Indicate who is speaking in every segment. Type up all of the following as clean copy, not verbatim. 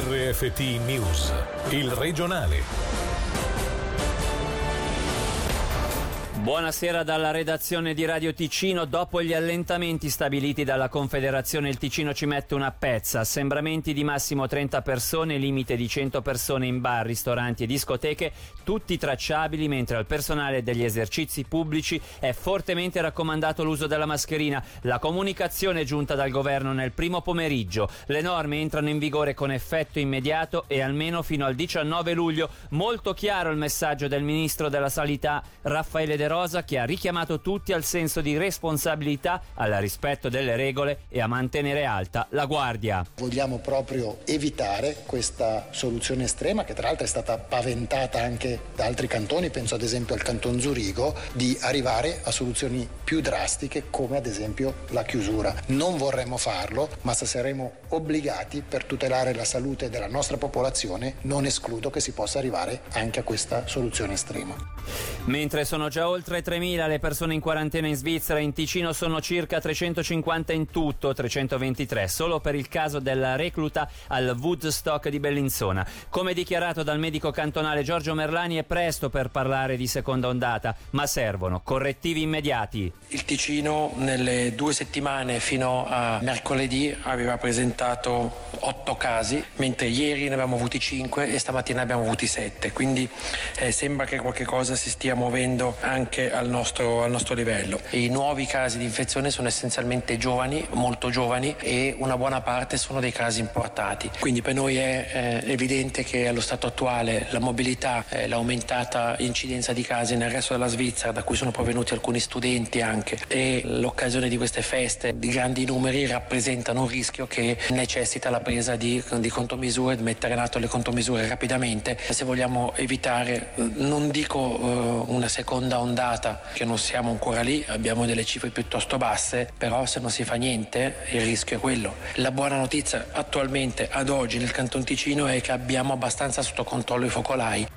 Speaker 1: RFT News, il regionale.
Speaker 2: Buonasera dalla redazione di Radio Ticino. Dopo gli allentamenti stabiliti dalla Confederazione, il Ticino ci mette una pezza. Assembramenti di massimo 30 persone, limite di 100 persone in bar, ristoranti e discoteche, tutti tracciabili, mentre al personale degli esercizi pubblici è fortemente raccomandato l'uso della mascherina. La comunicazione è giunta dal governo nel primo pomeriggio. Le norme entrano in vigore con effetto immediato e almeno fino al 19 luglio. Molto chiaro il messaggio del ministro della Sanità Raffaele De Rosa, che ha richiamato tutti al senso di responsabilità, al rispetto delle regole e a mantenere alta la guardia.
Speaker 3: Vogliamo proprio evitare questa soluzione estrema, che tra l'altro è stata paventata anche da altri cantoni, penso ad esempio al canton Zurigo, di arrivare a soluzioni più drastiche come ad esempio la chiusura. Non vorremmo farlo, ma se saremo obbligati per tutelare la salute della nostra popolazione, non escludo che si possa arrivare anche a questa soluzione estrema.
Speaker 2: Mentre sono già oltre 3.000 le persone in quarantena in Svizzera, in Ticino sono circa 350 in tutto, 323 solo per il caso della recluta al Woodstock di Bellinzona. Come dichiarato dal medico cantonale Giorgio Merlani, è presto per parlare di seconda ondata, ma servono correttivi immediati.
Speaker 4: Il Ticino nelle 2 settimane fino a mercoledì aveva presentato 8 casi, mentre ieri ne abbiamo avuti 5 e stamattina ne abbiamo avuti 7, quindi sembra che qualche cosa si stia muovendo anche al nostro livello. I nuovi casi di infezione sono essenzialmente giovani, molto giovani, e una buona parte sono dei casi importati. Quindi per noi è evidente che allo stato attuale la mobilità, l'aumentata incidenza di casi nel resto della Svizzera, da cui sono provenuti alcuni studenti anche, e l'occasione di queste feste di grandi numeri rappresentano un rischio che necessita la presa di contromisure, di mettere in atto le contromisure rapidamente se vogliamo evitare, non dico una seconda ondata, che non siamo ancora lì, abbiamo delle cifre piuttosto basse, però se non si fa niente il rischio è quello. La buona notizia attualmente, ad oggi, nel Canton Ticino è che abbiamo abbastanza sotto controllo i focolai.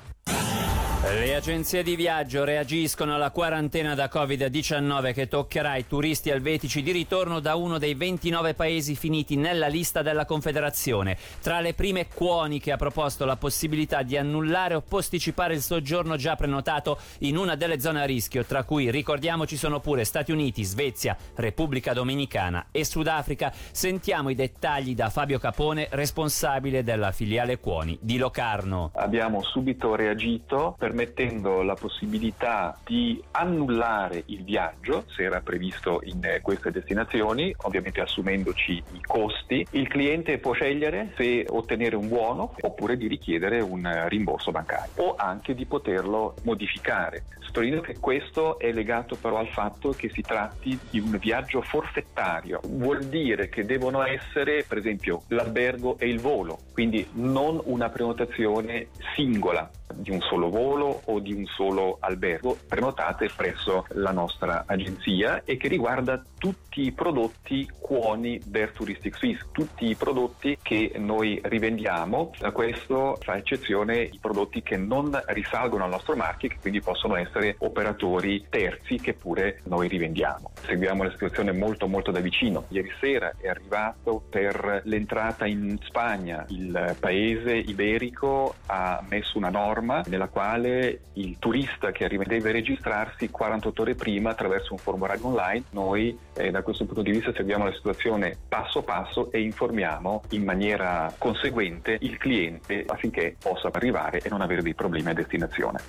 Speaker 2: Le agenzie di viaggio reagiscono alla quarantena da Covid-19 che toccherà i turisti elvetici di ritorno da uno dei 29 paesi finiti nella lista della Confederazione. Tra le prime Cuoni, che ha proposto la possibilità di annullare o posticipare il soggiorno già prenotato in una delle zone a rischio, tra cui, ricordiamo, ci sono pure Stati Uniti, Svezia, Repubblica Dominicana e Sudafrica. Sentiamo i dettagli da Fabio Capone, responsabile della filiale Cuoni di Locarno.
Speaker 5: Abbiamo subito reagito permettendo la possibilità di annullare il viaggio se era previsto in queste destinazioni, ovviamente assumendoci i costi. Il cliente può scegliere se ottenere un buono oppure di richiedere un rimborso bancario o anche di poterlo modificare. Sottolineo che questo è legato però al fatto che si tratti di un viaggio forfettario. Vuol dire che devono essere, per esempio, l'albergo e il volo, quindi non una prenotazione singola di un solo volo o di un solo albergo, prenotate presso la nostra agenzia, e che riguarda tutti i prodotti Cuoni der Touristik Suisse, tutti i prodotti che noi rivendiamo. Da questo fa eccezione i prodotti che non risalgono al nostro marchio, che quindi possono essere operatori terzi che pure noi rivendiamo. Seguiamo la situazione molto molto da vicino. Ieri sera è arrivato per l'entrata in Spagna, il paese iberico ha messo una norma nella quale il turista che deve registrarsi 48 ore prima attraverso un formulario online. Noi da questo punto di vista seguiamo la situazione passo passo e informiamo in maniera conseguente il cliente affinché possa arrivare e non avere dei problemi a destinazione.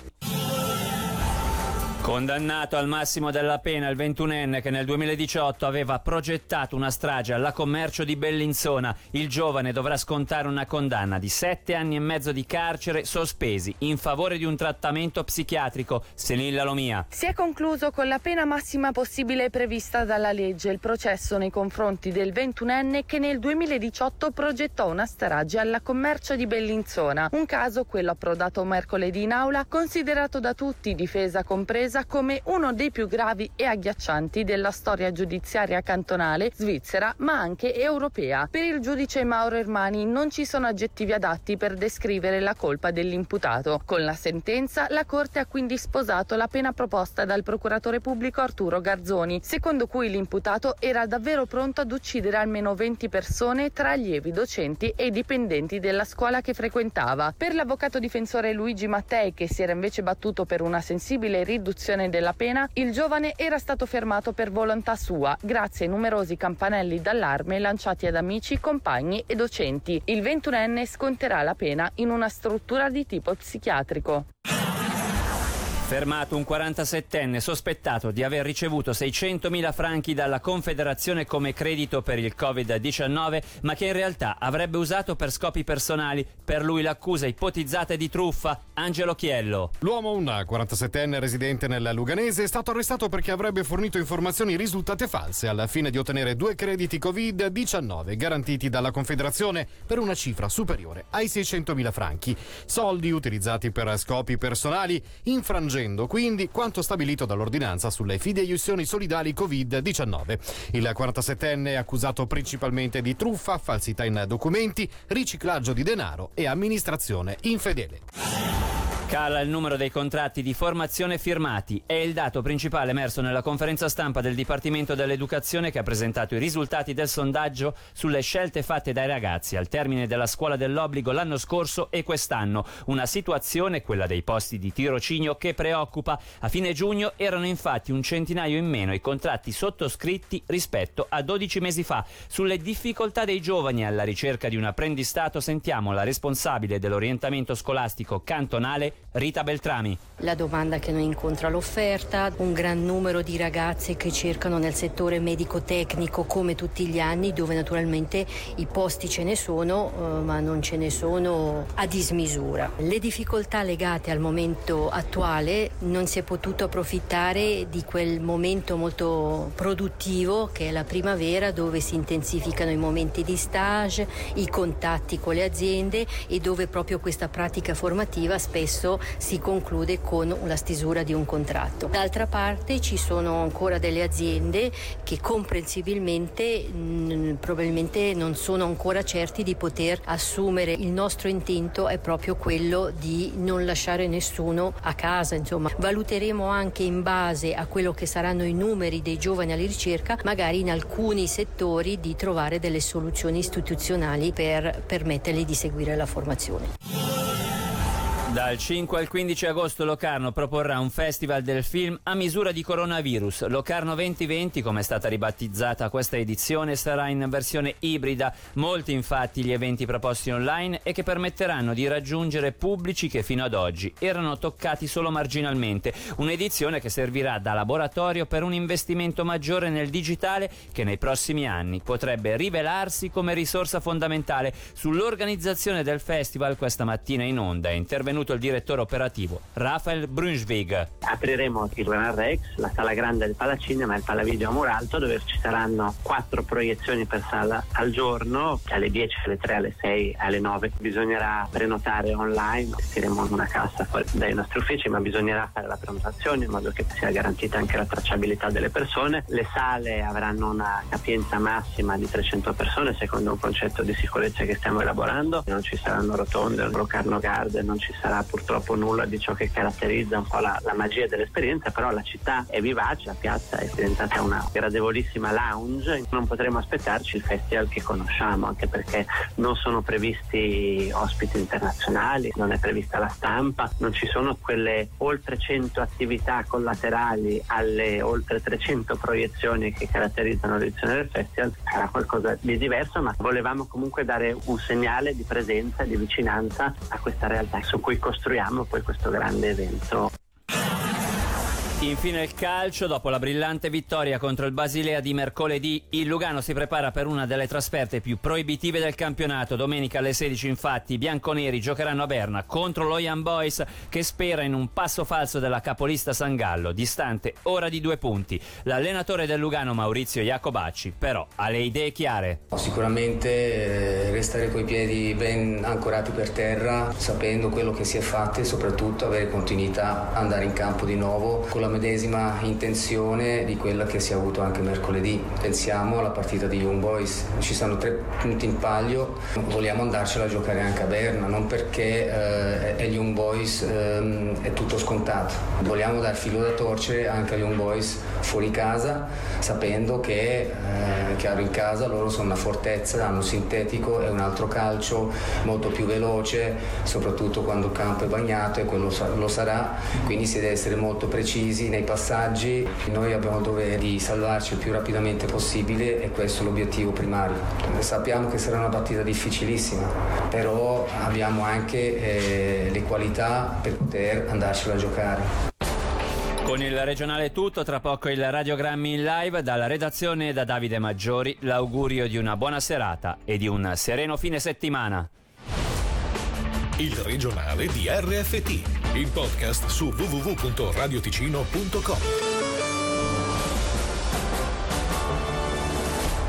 Speaker 2: Condannato al massimo della pena il 21enne che nel 2018 aveva progettato una strage alla Commercio di Bellinzona, il giovane dovrà scontare una condanna di 7 anni e mezzo di carcere sospesi in favore di un trattamento psichiatrico. Senilla Lomia.
Speaker 6: Si è concluso con la pena massima possibile prevista dalla legge il processo nei confronti del 21enne che nel 2018 progettò una strage alla Commercio di Bellinzona. Un caso, quello approdato mercoledì in aula, considerato da tutti, difesa compresa, attesa come uno dei più gravi e agghiaccianti della storia giudiziaria cantonale, svizzera, ma anche europea. Per il giudice Mauro Ermani non ci sono aggettivi adatti per descrivere la colpa dell'imputato. Con la sentenza, la Corte ha quindi sposato la pena proposta dal procuratore pubblico Arturo Garzoni, secondo cui l'imputato era davvero pronto ad uccidere almeno 20 persone tra allievi, docenti e dipendenti della scuola che frequentava. Per l'avvocato difensore Luigi Mattei, che si era invece battuto per una sensibile riduzione della pena, il giovane era stato fermato per volontà sua, grazie ai numerosi campanelli d'allarme lanciati ad amici, compagni e docenti. Il 21enne sconterà la pena in una struttura di tipo psichiatrico.
Speaker 2: Fermato un 47enne sospettato di aver ricevuto 600.000 franchi dalla Confederazione come credito per il Covid-19, ma che in realtà avrebbe usato per scopi personali. Per lui l'accusa ipotizzata è di truffa. Angelo Chiello.
Speaker 7: L'uomo, un 47enne residente nel Luganese, è stato arrestato perché avrebbe fornito informazioni risultate false al fine di ottenere 2 crediti Covid-19 garantiti dalla Confederazione per una cifra superiore ai 600.000 franchi. Soldi utilizzati per scopi personali, infrangendo quindi quanto stabilito dall'ordinanza sulle fideiussioni solidali Covid-19. Il 47enne è accusato principalmente di truffa, falsità in documenti, riciclaggio di denaro e amministrazione infedele.
Speaker 2: Cala il numero dei contratti di formazione firmati. È il dato principale emerso nella conferenza stampa del Dipartimento dell'Educazione, che ha presentato i risultati del sondaggio sulle scelte fatte dai ragazzi al termine della scuola dell'obbligo l'anno scorso e quest'anno. Una situazione, quella dei posti di tirocinio, che preoccupa. A fine giugno erano infatti un centinaio in meno i contratti sottoscritti rispetto a 12 mesi fa. Sulle difficoltà dei giovani alla ricerca di un apprendistato sentiamo la responsabile dell'orientamento scolastico cantonale, Rita Beltrami.
Speaker 8: La domanda che non incontra l'offerta, un gran numero di ragazze che cercano nel settore medico-tecnico come tutti gli anni, dove naturalmente i posti ce ne sono, ma non ce ne sono a dismisura. Le difficoltà legate al momento attuale, non si è potuto approfittare di quel momento molto produttivo che è la primavera, dove si intensificano i momenti di stage, i contatti con le aziende e dove proprio questa pratica formativa spesso si conclude con la stesura di un contratto. D'altra parte ci sono ancora delle aziende che comprensibilmente probabilmente non sono ancora certi di poter assumere. Il nostro intento è proprio quello di non lasciare nessuno a casa, insomma. Valuteremo anche in base a quello che saranno i numeri dei giovani alla ricerca, magari in alcuni settori di trovare delle soluzioni istituzionali per permettergli di seguire la formazione.
Speaker 2: Dal 5 al 15 agosto Locarno proporrà un festival del film a misura di coronavirus. Locarno 2020, come è stata ribattizzata questa edizione, sarà in versione ibrida. Molti infatti gli eventi proposti online e che permetteranno di raggiungere pubblici che fino ad oggi erano toccati solo marginalmente. Un'edizione che servirà da laboratorio per un investimento maggiore nel digitale che nei prossimi anni potrebbe rivelarsi come risorsa fondamentale. Sull'organizzazione del festival questa mattina in onda è intervenuto il direttore operativo Rafael Brunschwig.
Speaker 9: Apriremo il Gran Rex, la sala grande del Palacinema e il Palavideo a Muralto, dove ci saranno 4 proiezioni per sala al giorno, alle 10, alle 3, alle 6, alle 9. Bisognerà prenotare online, gestiremo una cassa fuori dai nostri uffici, ma bisognerà fare la prenotazione in modo che sia garantita anche la tracciabilità delle persone. Le sale avranno una capienza massima di 300 persone secondo un concetto di sicurezza che stiamo elaborando. Non ci saranno rotonde, Locarno Garden, non ci sarà purtroppo nulla di ciò che caratterizza un po' la magia dell'esperienza, però la città è vivace, la piazza è diventata una gradevolissima lounge. Non potremo aspettarci il festival che conosciamo, anche perché non sono previsti ospiti internazionali, non è prevista la stampa, non ci sono quelle oltre 100 attività collaterali alle oltre 300 proiezioni che caratterizzano l'edizione del festival. Sarà qualcosa di diverso, ma volevamo comunque dare un segnale di presenza e di vicinanza a questa realtà su cui costruiamo poi questo grande evento.
Speaker 2: Infine il calcio. Dopo la brillante vittoria contro il Basilea di mercoledì, il Lugano si prepara per una delle trasferte più proibitive del campionato. Domenica alle 16 infatti i bianconeri giocheranno a Berna contro lo Young Boys, che spera in un passo falso della capolista Sangallo, distante ora di 2 punti. L'allenatore del Lugano, Maurizio Iacobacci, però ha le idee chiare.
Speaker 10: Sicuramente restare coi piedi ben ancorati per terra, sapendo quello che si è fatto e soprattutto avere continuità, andare in campo di nuovo con la medesima intenzione di quella che si è avuto anche mercoledì. Pensiamo alla partita di Young Boys, ci sono 3 punti in palio, vogliamo andarcela a giocare anche a Berna, non perché è Young Boys è tutto scontato, vogliamo dar filo da torcere anche a Young Boys fuori casa, sapendo che chiaro, in casa loro sono una fortezza, hanno un sintetico e un altro calcio molto più veloce, soprattutto quando il campo è bagnato, e quello lo sarà, quindi si deve essere molto precisi nei passaggi. Noi abbiamo il dovere di salvarci il più rapidamente possibile e questo è l'obiettivo primario. Sappiamo che sarà una partita difficilissima, però abbiamo anche le qualità per poter andarcela a giocare.
Speaker 2: Con il regionale è tutto, tra poco il Radiogrammi in live dalla redazione da Davide Maggiori, l'augurio di una buona serata e di un sereno fine settimana.
Speaker 1: Il regionale di RFT, il podcast su www.radioticino.com.